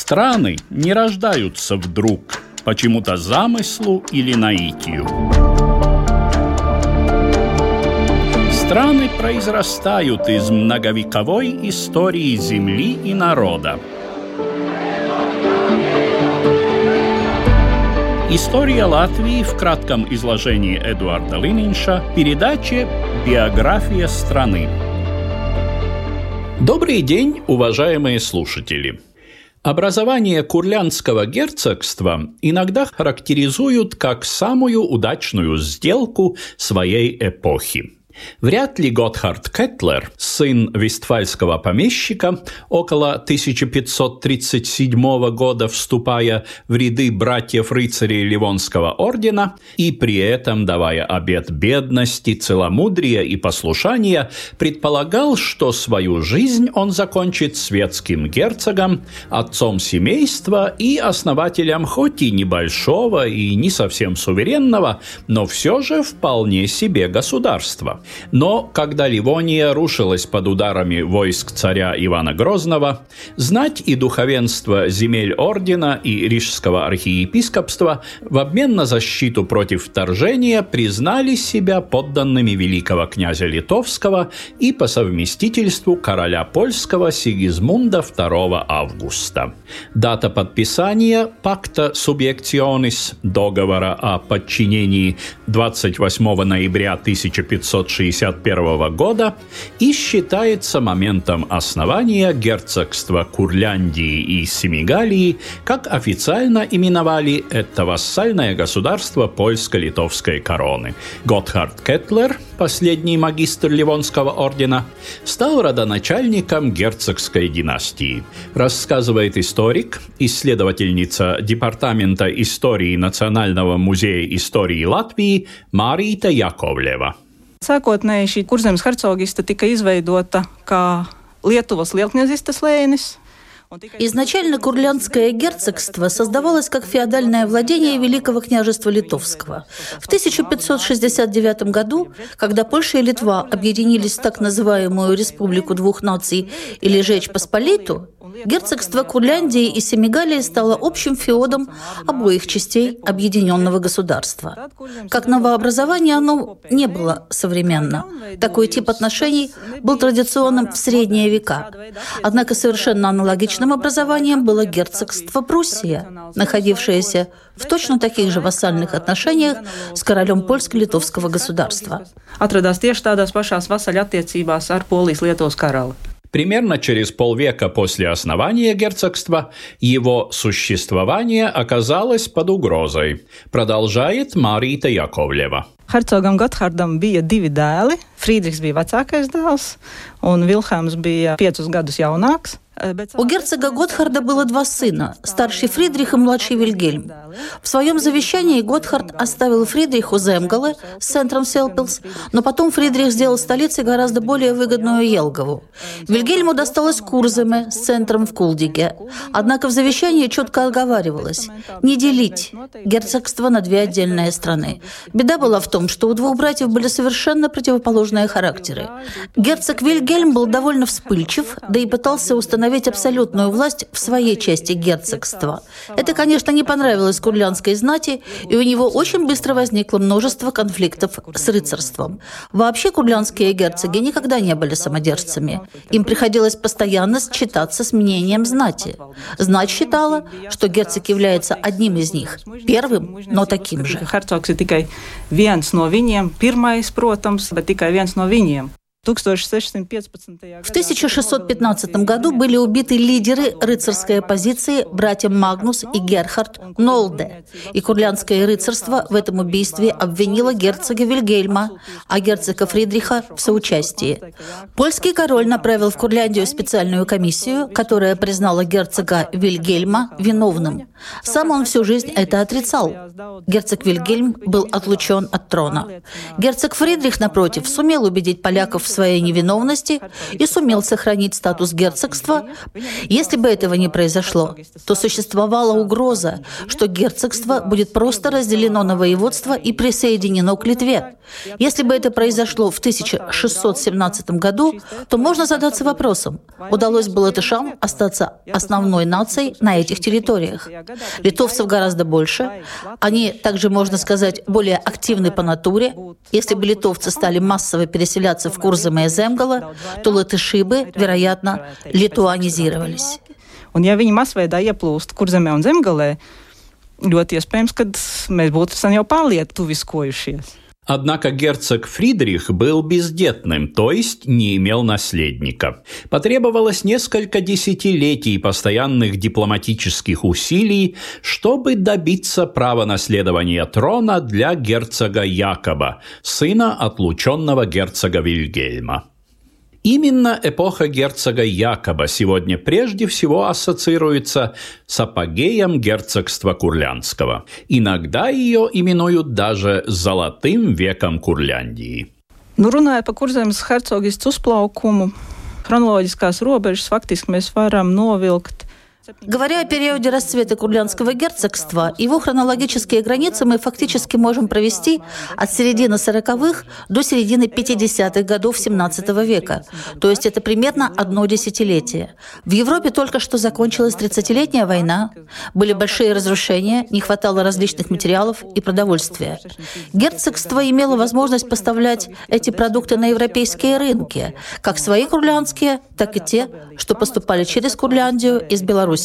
Страны не рождаются вдруг, почему-то замыслу или наитию. Страны произрастают из многовековой истории земли и народа. История Латвии в кратком изложении Эдуарда Лининша, передаче «Биография страны». Добрый день, уважаемые слушатели! Образование Курляндского герцогства иногда характеризуют как самую удачную сделку своей эпохи. Вряд ли Готхард Кетлер, сын вестфальского помещика, около 1537 года вступая в ряды братьев-рыцарей Ливонского ордена и при этом давая обет бедности, целомудрия и послушания, предполагал, что свою жизнь он закончит светским герцогом, отцом семейства и основателем хоть и небольшого и не совсем суверенного, но все же вполне себе государства. Но когда Ливония рушилась под ударами войск царя Ивана Грозного, знать и духовенство земель ордена и рижского архиепископства в обмен на защиту против вторжения признали себя подданными великого князя Литовского и по совместительству короля польского Сигизмунда II Августа. Дата подписания Pacta Subjectionis, договора о подчинении, 28 ноября 1561 года и считается моментом основания герцогства Курляндии и Семигалии, как официально именовали это вассальное государство польско-литовской короны. Готхард Кетлер, последний магистр Ливонского ордена, стал родоначальником герцогской династии. Рассказывает историк, исследовательница Департамента истории Национального музея истории Латвии Marīta Jakovleva. Sākotnēji šī Kurzemes hercogista tika izveidota kā Lietuvas lielkņazistes slēnis. Изначально Курляндское герцогство создавалось как феодальное владение Великого княжества Литовского. В 1569 году, когда Польша и Литва объединились в так называемую Республику двух наций или Жечь Посполиту, герцогство Курляндии и Семигалии стало общим феодом обоих частей объединенного государства. Как новообразование оно не было современно. Такой тип отношений был традиционным в средние века. Однако совершенно аналогичным образованием было герцогство Пруссия, находившееся в точно таких же вассальных отношениях с королем польско-литовского государства. Atradās tieši tādās pašās vasaļattiecībās ar Polijas-Lietuvas karali. Примерно через полвека после основания герцогства его существование оказалось под угрозой, продолжает Marīta Jakovleva. Hercogam Gotthardam bija divi dēli. Friedrichs bija vecākais dēls, un Vilhelms bija 5 gadus jaunāks. У герцога Готхарда было два сына, старший Фридрих и младший Вильгельм. В своем завещании Готхард оставил Фридриху Земгале с центром Селпилс, но потом Фридрих сделал столицей гораздо более выгодную Елгову. Вильгельму досталось Курземе с центром в Кулдиге. Однако в завещании четко оговаривалось не делить герцогство на две отдельные страны. Беда была в том, что у двух братьев были совершенно противоположные характеры. Герцог Вильгельм был довольно вспыльчив, да и пытался установить абсолютную власть в своей части герцогства. Это, конечно, не понравилось курляндской знати, и у него очень быстро возникло множество конфликтов с рыцарством. Вообще курляндские герцоги никогда не были самодержцами. Им приходилось постоянно считаться с мнением знати. Знать считала, что герцог является одним из них, первым, но таким же. Hercogs ir tikai viens no viņiem, pirmais, protams, bet tikai viens no viņiem. В 1615 году были убиты лидеры рыцарской оппозиции братья Магнус и Герхард Нолде, и курляндское рыцарство в этом убийстве обвинило герцога Вильгельма, а герцога Фридриха в соучастии. Польский король направил в Курляндию специальную комиссию, которая признала герцога Вильгельма виновным. Сам он всю жизнь это отрицал. Герцог Вильгельм был отлучен от трона. Герцог Фридрих, напротив, сумел убедить поляков в своей невиновности и сумел сохранить статус герцогства. Если бы этого не произошло, то существовала угроза, что герцогство будет просто разделено на воеводство и присоединено к Литве. Если бы это произошло в 1617 году, то можно задаться вопросом, удалось бы латышам остаться основной нацией на этих территориях. Литовцев гораздо больше, они также, можно сказать, более активны по натуре. Если бы литовцы стали массово переселяться в Курземе и Земгале, то латыши бы, вероятно, литуанизировались. Un ja viņi masveidā ieplūst Kurzemē un Zemgalē, ļoti iespējams, ka mēs būtu sen jau pārlietuviskojušies. Однако герцог Фридрих был бездетным, то есть не имел наследника. Потребовалось несколько десятилетий постоянных дипломатических усилий, чтобы добиться права наследования трона для герцога Якоба, сына отлученного герцога Вильгельма. Именно эпоха герцога Якоба сегодня прежде всего ассоциируется с апогеем герцогства Курляндского. Иногда ее именуют даже «золотым веком Курляндии». Runājot par Kurzemes hercogistes uzplaukumu, chronoloģiskās robežas faktiski mēs varam novilkt. Говоря о периоде расцвета Курляндского герцогства, его хронологические границы мы фактически можем провести от середины 40-х до середины 50-х годов XVII века. То есть это примерно одно десятилетие. В Европе только что закончилась 30-летняя война, были большие разрушения, не хватало различных материалов и продовольствия. Герцогство имело возможность поставлять эти продукты на европейские рынки, как свои курляндские, так и те, что поступали через Курляндию из Беларуси.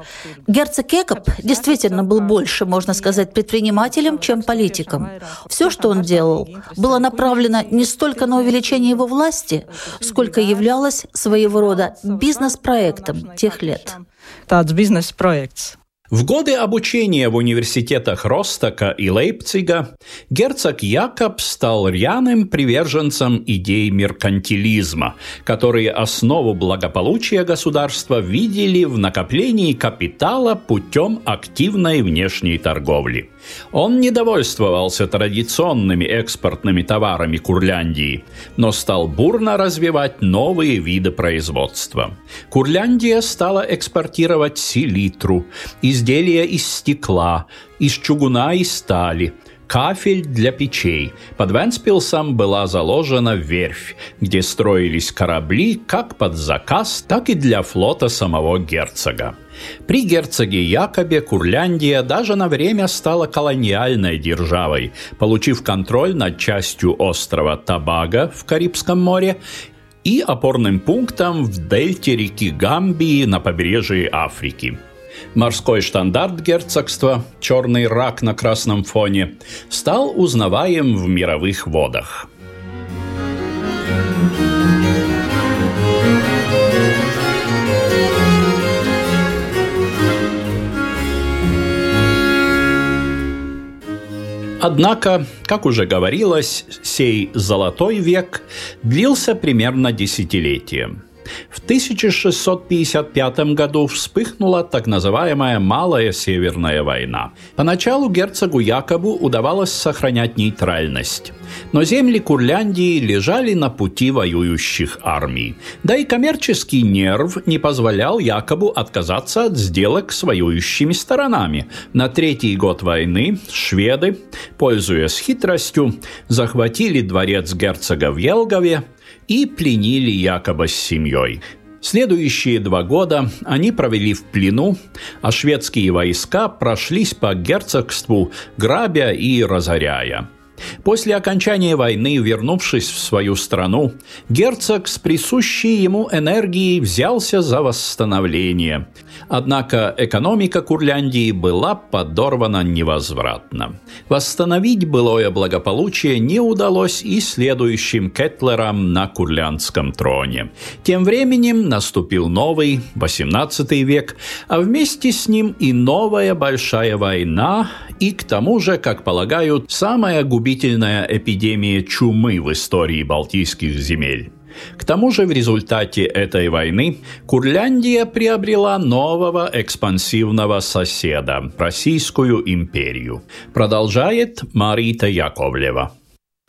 Герцог Якоб действительно был больше, можно сказать, предпринимателем, чем политиком. Все, что он делал, было направлено не столько на увеличение его власти, сколько являлось своего рода бизнес-проектом тех лет. Tāds бизнес-проекts. В годы обучения в университетах Ростока и Лейпцига герцог Якоб стал рьяным приверженцем идей меркантилизма, которые основу благополучия государства видели в накоплении капитала путем активной внешней торговли. Он не довольствовался традиционными экспортными товарами Курляндии, но стал бурно развивать новые виды производства. Курляндия стала экспортировать селитру, изделия из стекла, из чугуна и стали, кафель для печей. Под Вентспилсом была заложена верфь, где строились корабли как под заказ, так и для флота самого герцога. При герцоге Якобе Курляндия даже на время стала колониальной державой, получив контроль над частью острова Тобаго в Карибском море и опорным пунктом в дельте реки Гамбии на побережье Африки. Морской штандарт герцогства, черный рак на красном фоне, стал узнаваем в мировых водах. Однако, как уже говорилось, сей «золотой век» длился примерно десятилетие. В 1655 году вспыхнула так называемая «Малая Северная война». Поначалу герцогу Якобу удавалось сохранять нейтральность, но земли Курляндии лежали на пути воюющих армий. Да и коммерческий нерв не позволял Якобу отказаться от сделок с воюющими сторонами. На третий год войны шведы, пользуясь хитростью, захватили дворец герцога в Елгове и пленили Якоба с семьей. Следующие 2 года они провели в плену, а шведские войска прошлись по герцогству, грабя и разоряя. После окончания войны, вернувшись в свою страну, герцог с присущей ему энергией взялся за восстановление. Однако экономика Курляндии была подорвана невозвратно. Восстановить былое благополучие не удалось и следующим Кеттлерам на курляндском троне. Тем временем наступил новый, XVIII век, а вместе с ним и новая большая война, и к тому же, как полагают, самая губительная эпидемия чумы в истории Балтийских земель. К тому же в результате этой войны Курляндия приобрела нового экспансивного соседа – Российскую империю. Продолжает Марита Яковлева.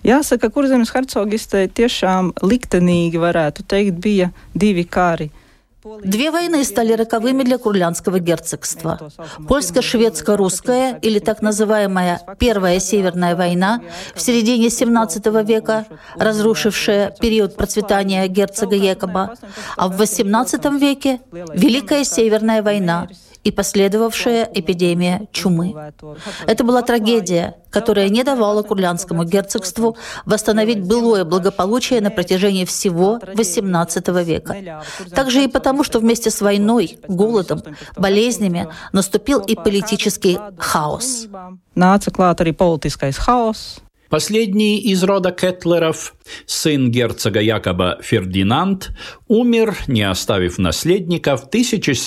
Jāsaka, Kurzemes hercogistei tiešām liktenīgi, varētu teikt, bija divi kari. Две войны стали роковыми для Курляндского герцогства. Польско-шведско-русская, или так называемая Первая Северная война в середине XVII века, разрушившая период процветания герцога Якоба, а в XVIII веке Великая Северная война и последовавшая эпидемия чумы. Это была трагедия, которая не давала Курляндскому герцогству восстановить былое благополучие на протяжении всего XVIII века. Также и потому, что вместе с войной, голодом, болезнями наступил и политический хаос. Nāca klāt arī politiskais хаос. Последний из рода Кетлеров, сын герцога Якоба Фердинанд, умер, не оставив наследника, в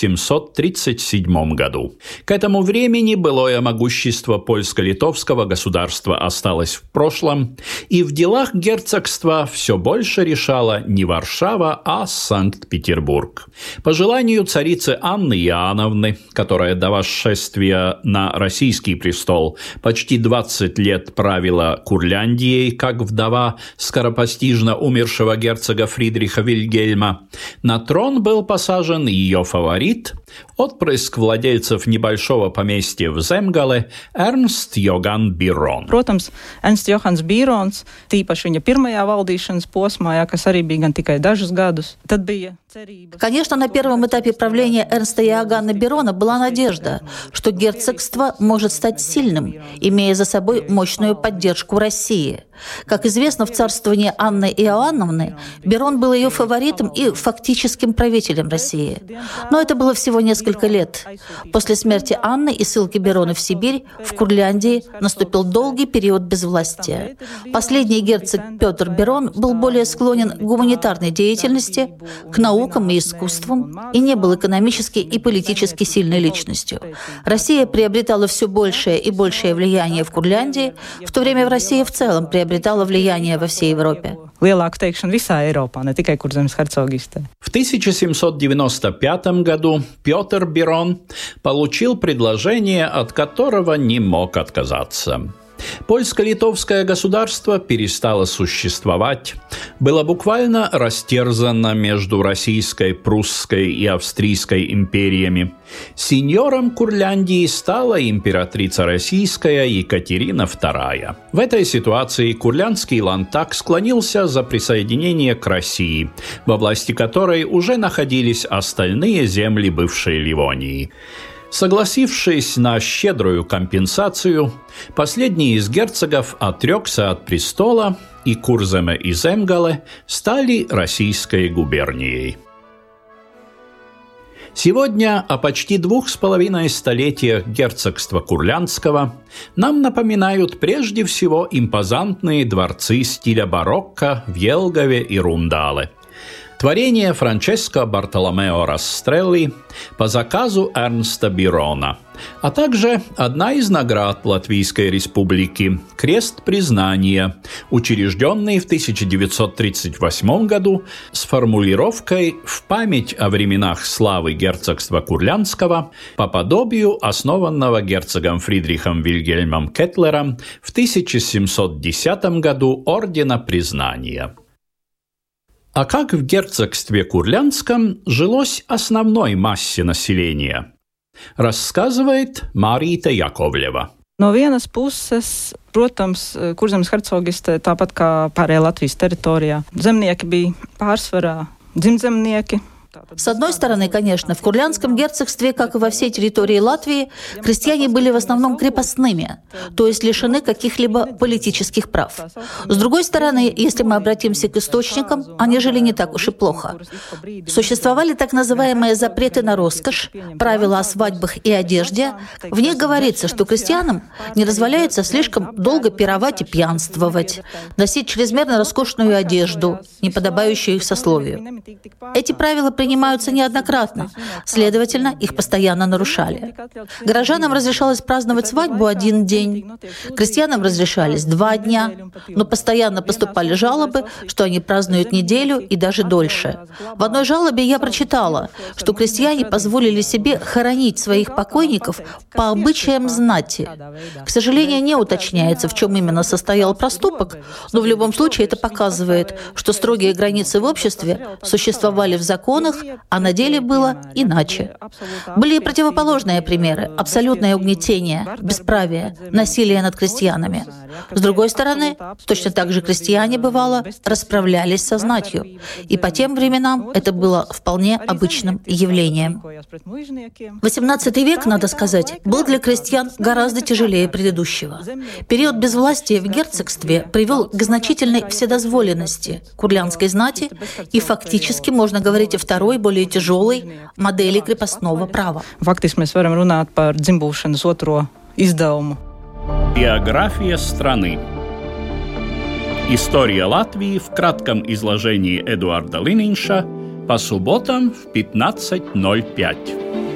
1737 году. К этому времени былое могущество польско-литовского государства осталось в прошлом, и в делах герцогства все больше решала не Варшава, а Санкт-Петербург. По желанию царицы Анны Иоанновны, которая до восшествия на российский престол почти 20 лет правила Курляндией, как вдова скоропостижно умершего герцога Фридриха Вильгельма, на трон был посажен ее фаворит, отпрыск владельцев небольшого поместья в Zemgale Ernsts Johann Birons. Protams, Ernsts Johanns Birons, tīpaši viņa pirmajā valdīšanas posmā, kas arī bija gan tikai dažus gadus, tad bija cerība. Конечно, на первом этапе правления Эрнста Иоганна Бирона была надежда, что герцогство может стать сильным, имея за собой мощную поддержку России. Как известно, в царствовании Анны Иоанновны Бирон был ее фаворитом и фактическим правителем России. Но это было всего несколько лет. После смерти Анны и ссылки Бирона в Сибирь в Курляндии наступил долгий период безвластия. Последний герцог Петр Бирон был более склонен к гуманитарной деятельности, к наукам и искусствам и не был экономически и политически сильной личностью. Россия приобретала все большее и большее влияние в Курляндии, в то время в России в целом приобретала влияние во всей Европе. В 1795 году Петр Бирон получил предложение, от которого не мог отказаться. Польско-литовское государство перестало существовать, было буквально растерзано между Российской, Прусской и Австрийской империями. Сеньором Курляндии стала императрица российская Екатерина II. В этой ситуации Курляндский ландтаг склонился за присоединение к России, во власти которой уже находились остальные земли бывшей Ливонии. Согласившись на щедрую компенсацию, последний из герцогов отрекся от престола, и Курземе и Земгале стали российской губернией. Сегодня о почти 2,5 столетиях герцогства Курляндского нам напоминают прежде всего импозантные дворцы стиля барокко в Елгове и Рундале. Творение Франческо Бартоломео Растрелли по заказу Эрнста Бирона, а также одна из наград Латвийской Республики – Крест Признания, учрежденный в 1938 году с формулировкой «В память о временах славы герцогства Курляндского» по подобию основанного герцогом Фридрихом Вильгельмом Кетлером в 1710 году Ордена Признания. А как в герцогстве Курляндском жилось основной массе населения, рассказывает Марīte Jakovļeva. No vienas puses, protams, Kurzemes hercogiste, tāpat kā pārējā Latvijas teritorijā, zemnieki bija pārsvarā dzimtzemnieki. С одной стороны, конечно, в Курляндском герцогстве, как и во всей территории Латвии, крестьяне были в основном крепостными, то есть лишены каких-либо политических прав. С другой стороны, если мы обратимся к источникам, они жили не так уж и плохо. Существовали так называемые запреты на роскошь, правила о свадьбах и одежде. В них говорится, что крестьянам не дозволяется слишком долго пировать и пьянствовать, носить чрезмерно роскошную одежду, не подобающую их сословию. Эти правила принимаются неоднократно, следовательно, их постоянно нарушали. Горожанам разрешалось праздновать свадьбу 1 день, крестьянам разрешались 2 дня, но постоянно поступали жалобы, что они празднуют неделю и даже дольше. В одной жалобе я прочитала, что крестьяне позволили себе хоронить своих покойников по обычаям знати. К сожалению, не уточняется, в чем именно состоял проступок, но в любом случае это показывает, что строгие границы в обществе существовали в законах, а на деле было иначе. Были и противоположные примеры: абсолютное угнетение, бесправие, насилие над крестьянами. С другой стороны, точно так же крестьяне, бывало, расправлялись со знатью. И по тем временам это было вполне обычным явлением. XVIII век, надо сказать, был для крестьян гораздо тяжелее предыдущего. Период безвластия в герцогстве привел к значительной вседозволенности курляндской знати и фактически можно говорить о второй, более тяжелой модели крепостного права. Фактически мы varam runāt par dzimbūšanas otro izdevumu. Биография страны. История Латвии в кратком изложении Эдуарда Лининша по субботам в 15:05.